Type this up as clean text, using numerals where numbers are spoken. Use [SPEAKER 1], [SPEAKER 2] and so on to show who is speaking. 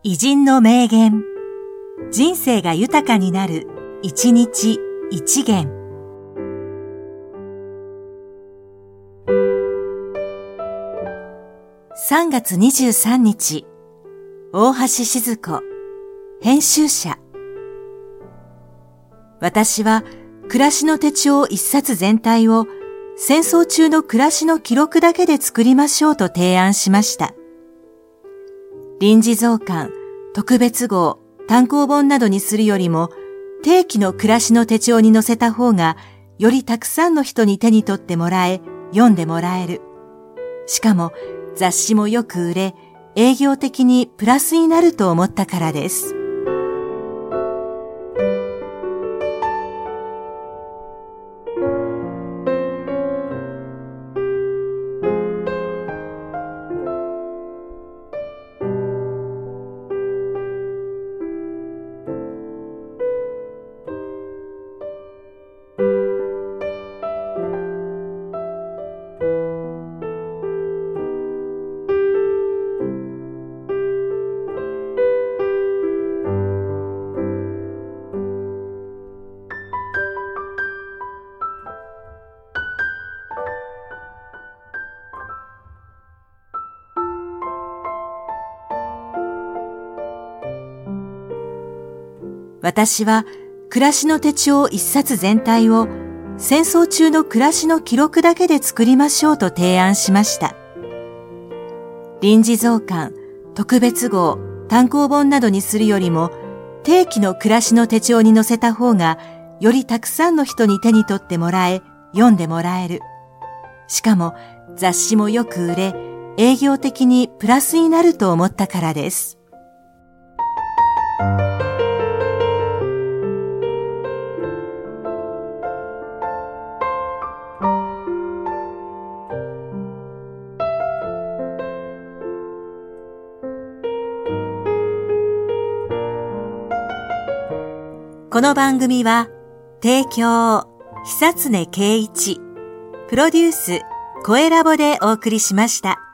[SPEAKER 1] 偉人の名言。人生が豊かになる、一日一元。3月23日、大橋静子、編集者。私は暮らしの手帳一冊全体を戦争中の暮らしの記録だけで作りましょうと提案しました。臨時増刊、特別号、単行本などにするよりも定期の暮らしの手帳に載せた方がよりたくさんの人に手に取ってもらえ、読んでもらえる。しかも雑誌もよく売れ、営業的にプラスになると思ったからです。私は暮らしの手帳一冊全体を戦争中の暮らしの記録だけで作りましょうと提案しました。臨時増刊、特別号、単行本などにするよりも定期の暮らしの手帳に載せた方がよりたくさんの人に手に取ってもらえ、読んでもらえる。しかも雑誌もよく売れ、営業的にプラスになると思ったからです。この番組は提供久常圭一、プロデュース声ラボでお送りしました。